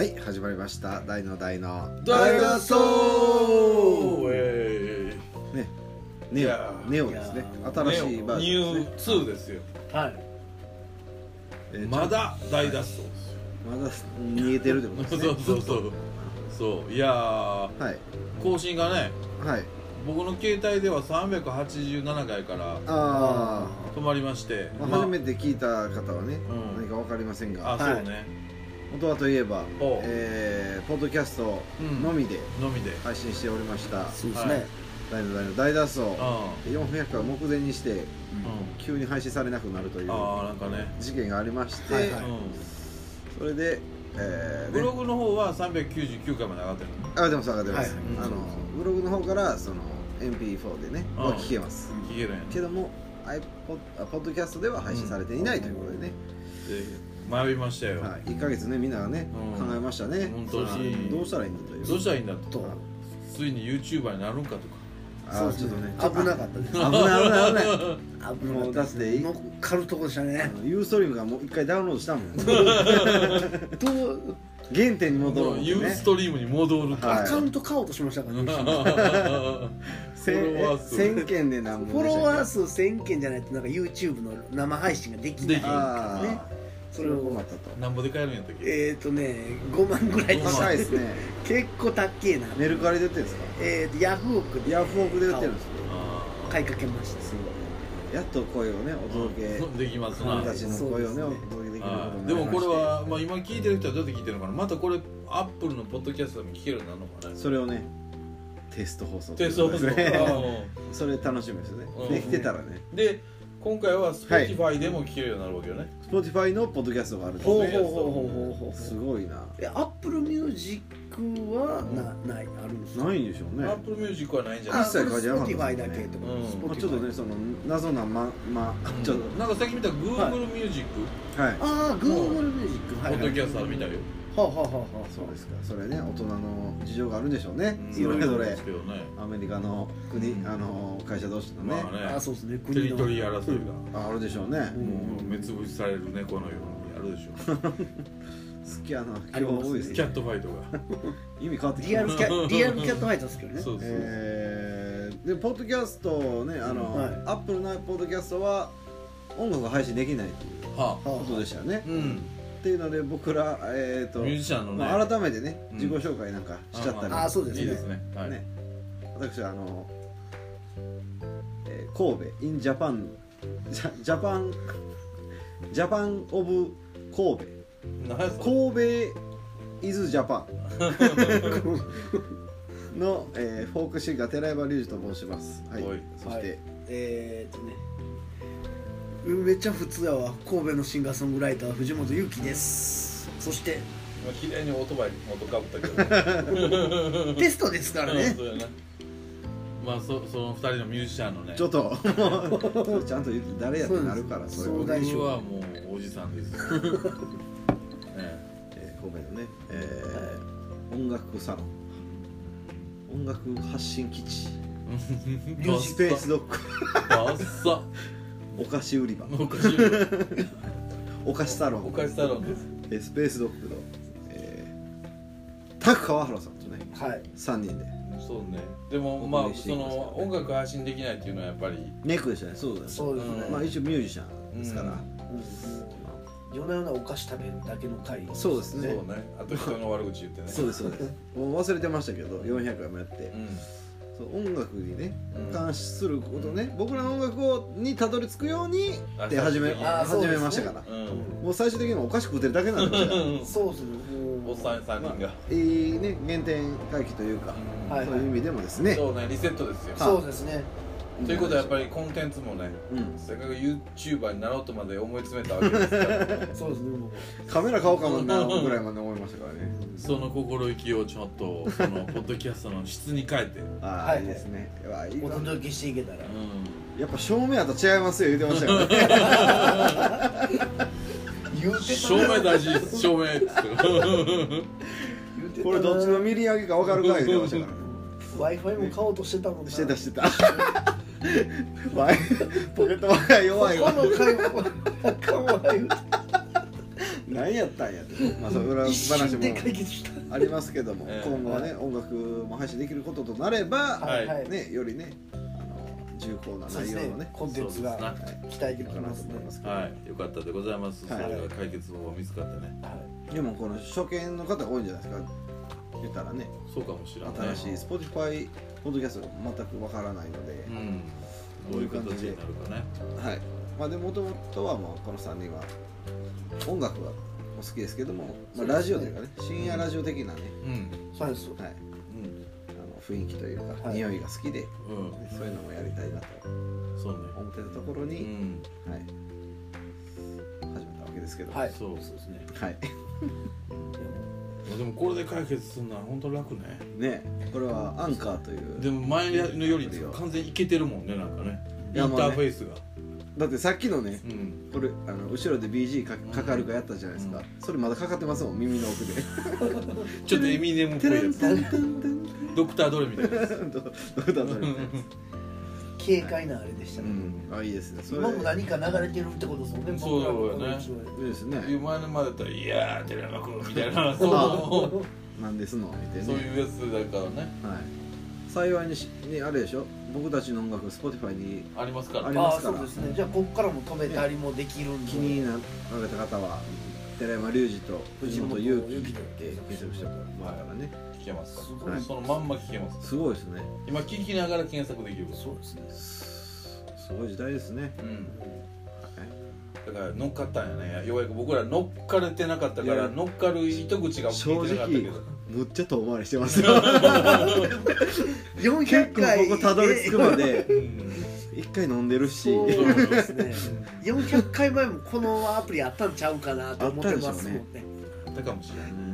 はい、始まりました大の大の大脱走ね、ネオですね。新しいバージョンですね。 ニュー2ですよ。 はい。 まだ大脱走ですよ。 まだ逃げてるってことですね。 そういやー、 はい、 更新がね、 はい、 僕の携帯では387回から止まりまして、 初めて聞いた方はね、何か分かりませんが、 そうね、 元はといえば、ポッドキャストのみで配信しておりました。 そうですね。 大の大の大脱走400回を目前にして急に配信されなくなるという事件がありまして、それでブログの方は399回まで上がってるの？ 上がってます、上がってます。ブログの方からその MP4 でね聞けます。 聞けるんやけどもポッドキャストでは配信されていないということでね。 迷いましたよ。 1ヶ月ね、みんながね考えましたね。 本当にどうしたらいいんだという。 どうしたらいいんだと。ついに YouTuber になるんかとか。 そうちょっとね、危なかったです。危ないもうだって乗っかるとこでしたね。 ユーストリームがもう一回ダウンロードしたもん。原点に戻ろうね。 ユーストリームに戻ると。 アカウント買おうとしましたからね。 1000件で何フォロワー数1000件じゃないとなんか YouTube の生配信ができないからね。それを困ったと。 なんぼで買えるんやったっけ ？5万ぐらい高いですね。 結構高えな。 メルカリで売ってるんですか？ ヤフオクで売ってるんですよ。 買いかけました。 やっと声をねお届けできますな。 僕たちの声をねお届けできることになりまして。 でもこれはまあ今聞いてる人はどうやって聞いてるのかな。またこれアップルのポッドキャストでも聞けるようになるのかな。 それをねテスト放送。 テスト放送。 それ楽しみですよね。できてたらね。 で今回は Spotify でも聞けるようになるわけよね。 Spotify のポッドキャストがあるんですね。すごいな。 Apple Music はないあるんですか？ ないんでしょうね。 Apple Music はないんじゃない？ 一切書いてなかった。 Spotify だけってこと。 ちょっとねその謎なちょっとなんかさっき見た Google Music。 はい。 Google Music ポッドキャスト見たよ。 そうですか。それね大人の事情があるんでしょうね。それぞれアメリカの国会社同士のね。 そうですね。 テリトリー争いがあるでしょうね。 もう目つぶしされる猫のようにあるでしょう。 好きやな。今日多いです。 キャットファイトが意味変わってきた。 リアルキャットファイトですけどね。 そうです。 でポッドキャストねアップルのポッドキャストは音楽が配信できないということでしたよね。っていうので僕らミュージシャンのね改めてね自己紹介なんかしちゃったり。 そうですね。 いいですね。 私神戸 in Japan ジャパンオブ神戸神戸 is Japan のフォークシンガー寺山隆二と申します。はい。そしてめっちゃ普通やわ。神戸のシンガーソングライター藤本裕樹です。そして今綺麗にオートバイ元かぶったけどテストですからね。 そうやな。まあその2人のミュージシャンのねちょっとちゃんと言って誰やってなるからそれ僕はもうおじさんです。 神戸のね音楽サロン音楽発信基地スペースドッグバッサお菓子売り場お菓子サロンです。スペースドッグのタク川原さんとね3人で。 そうね。でもまあその音楽配信できないっていうのはやっぱりネックでしたね。そうですね。まあ一応ミュージシャンですから。 夜な夜なお菓子食べるだけの回。 そうですね。 そうね。あと人の悪口言ってね。 そうですそうです。もう忘れてましたけど400回もやって。音楽にね関することね、僕らの音楽にたどり着くようにって始めましたから、もう最終的にはお菓子食ってるだけなんですよ。 そうですね。 おっさん3人がいいね原点回帰というか、そういう意味でもですね。 そうね、リセットですよ。 そうですね。 ということはやっぱりコンテンツもね、せっかく YouTuber になろうとまで思い詰めたわけですから。 そうですね。 カメラ買おうかもなぐらいまで思いましたからね。 その心意気をちょっとそのポッドキャストの質に変えていいですね。 お届けしていけたら。 やっぱ照明やと違いますよ言ってましたからね。 照明大事です照明ってこれどっちのミリ上げか分かるか言ってましたからね。 Wi-Fi も買おうとしてたもんな。 してたポケット Wi-Fi 弱いわ。 この会話かわいい。 何何やったんやって、まあそういう裏話もありますけども、今後はね音楽も配信できることとなれば、ねよりね重厚な内容のねコンテンツが期待できるかなと思いますけど、 はい、よかったでございます。それが解決法が見つかってね。 でもこの初見の方が多いんじゃないですか。言ったらね。 そうかもしれない。 新しい Spotify ポッドキャスト全くわからないので、 どういう形になるかね。 はい。まあでも元々はもうこの3人は音楽はお好きですけども、まあラジオというかね深夜ラジオ的なね、 そうです。 はい。雰囲気というか匂いが好きで、そういうのもやりたいなと思ってたところに、はい、始めたわけですけど、 そうですね。 はい。 でもこれで解決するのは本当楽ね。 ね、これはアンカーという。 でも前のより完全にいけてるもんね、なんかね。インターフェースが。 だってさっきのね、これ後ろで BG かかるかやったじゃないですか。それまだかかってますもん、耳の奥で。 ちょっとエミネムっぽいやつ。ドクタードレみたいなやつ。 ドクタードレみたいなやつ。軽快なあれでしたね。 あ、いいですね。 今も何か流れてるってことですもんね。 そうよね。 いいですね。 前のまでだったらいやー寺山君みたいな。 なんですのみたいな。 そういうやつだからね。 はい。幸いにあれでしょ。僕たちの音楽 Spotify にありますから。 あ、そうですね。じゃあここからも止めたりもできるんで。 気になられた方は寺山隆二と藤本勇樹で検索してもらったらね。 聞けますから、そのまんま聞けます。 すごいですね。 今聞きながら検索できる。 そうですね。 すごい時代ですね。 だから乗っかったんやね。ようやく僕ら乗っかれてなかったから乗っかる糸口が正直むっちゃ遠回りしてますよ。 400回ここたどり着くまで1回飲んでるし。 そうですね。400回前もこのアプリあったんちゃうかなと思ってますもんね。 あったかもしれないね。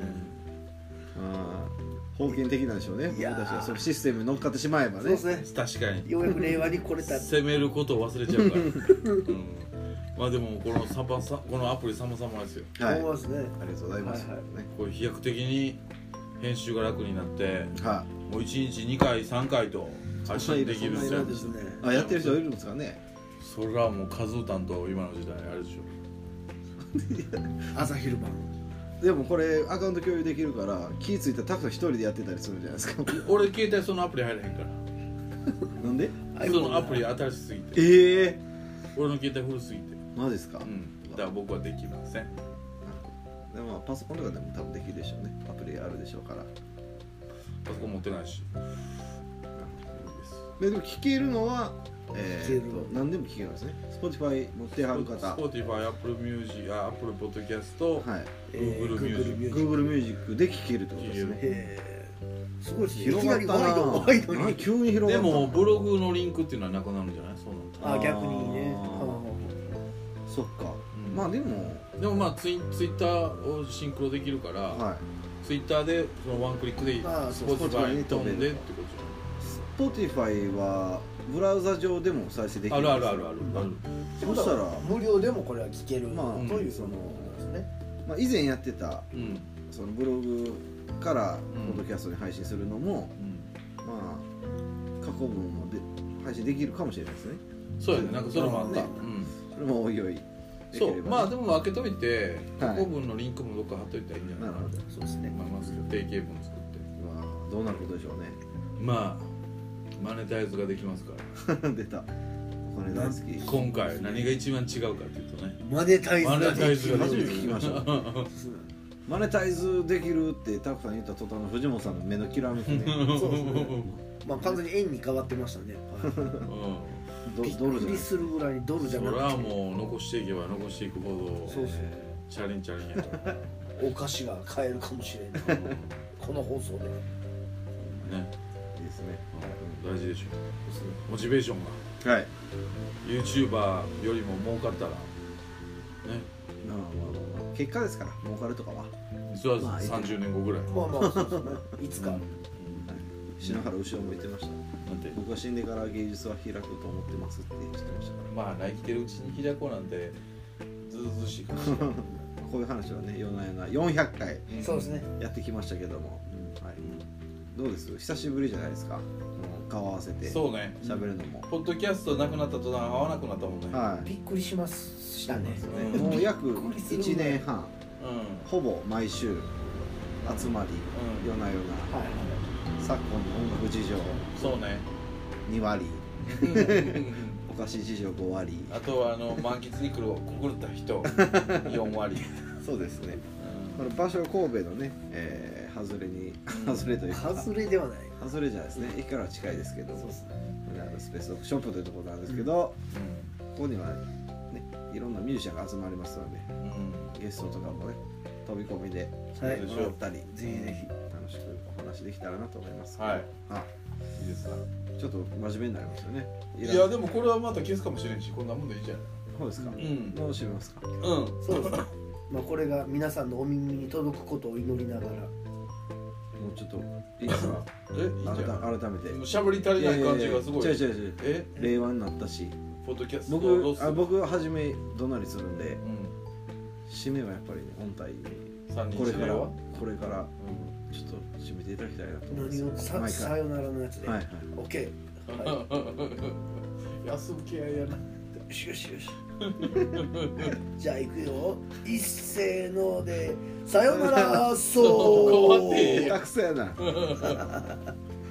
封建的なんでしょうね。僕たちがそのシステムに乗っかってしまえばね。 そうですね。確かに。 ようやく令和に来れた。 攻めることを忘れちゃうから。まあでもこのアプリ様々ですよ。 はい。ありがとうございます。 これ飛躍的に編集が楽になって、もう1日2回3回と配信できるんですね。 あ、やってる人いるんですかね。 それはもう数歌と今の時代あれでしょ。 朝昼晩。 でもこれアカウント共有できるから気ぃ付いたらたくさん一人でやってたりするじゃないですか。 俺携帯そのアプリ入らへんから。 なんで？ そのアプリ新しすぎて。俺の携帯古すぎて。 マジですか？ だから僕はできません。 でもパソコンとかでも多分できるでしょうね。アプリあるでしょうから。 パソコン持ってないし。 でも聞けるのは何でも聞けるんですね。Spotify 持ってはる方。 Spotify、Apple Music、Apple Podcast、 Google Music で聞けるってことですね。 すごいですね。 広がったな。急に広がった。 でもブログのリンクっていうのはなくなるんじゃない？そうなんだ。逆にね。 そっか。まあでもまあツイッターをシンクロできるから、ツイッターでそのワンクリックで Spotify に飛んでってことじゃない？ Spotify はブラウザ上でも再生できるんですよ。 ある。 そしたら無料でもこれは聞けるというその以前やってたそのブログからポッドキャストに配信するのもまあ過去分も配信できるかもしれないですね。 そうやね。なんかそれもあった。 それもおいおい。 そう。まあでも開けといて過去分のリンクもどっか貼っといたらいいんじゃないかな。 そうですね。 まず定型文作って。 どうなることでしょうね。 まあマネタイズができますから。 出た。お金大好き。 今回何が一番違うかっていうとね。 マネタイズができる。 初めて聞きました。マネタイズできるってたくさん言った途端の藤本さんの目のきらめきね。 そうですね。まあ完全に円に変わってましたね。びっくりするぐらいにドルじゃなくて。 それはもう残していけば残していくほどチャリンチャリンやから。 お菓子が買えるかもしれない。この放送で。 ね。いいですね。 大事でしょ。モチベーションが。はい。YouTuber よりも儲かったらね。 結果ですから儲かるとかは。 実は30年後ぐらい。 まあそうですね。いつか。 篠原後ろも言ってました。僕は死んでから芸術は開くと思ってますって言ってましたから。まあ生きてるうちに開こうなんてずうずうしいかもしれない。 こういう話はね夜な夜な400回そうですねやってきましたけども、はい、どうです久しぶりじゃないですか。もう顔合わせてそうね喋るのも。 ポッドキャストなくなった途端会わなくなったもんね。 びっくりしましたね。 もう約1年半ほぼ毎週集まり、夜な夜な、昨今の音楽事情そうね 2割お菓子事情5割、 あとは満喫に来るくぐった人4割そうですね、この場所神戸のね、外れに外れというか外れではない外れじゃないですね、駅からは近いですけど、そうですね、スペースドッグショップというところなんですけど、ここにはねいろんなミュージシャンが集まりますので、ゲストとかもね飛び込みでもらったり、ぜひぜひ楽しくお話できたらなと思います。はい。いいですか。ちょっと真面目になりますよね。 いやでもこれはまた消すかもしれんし、こんなもんでいいじゃん。 そうですか。もう閉めますか。 そうですね。まあこれが皆さんのお耳に届くことを祈りながら。もうちょっといいですか。改めて。 しゃべり足りない感じがすごい。 違う。令和になったし。 ポッドキャスト僕はじめどなりするんで、締めはやっぱり本体にこれからちょっと締めていただきたいなと思います。 何をさよならのやつで。オッケー。安請け合いやな。 よし。じゃあ行くよ。一斉のでさよならそう。 下手くそやな。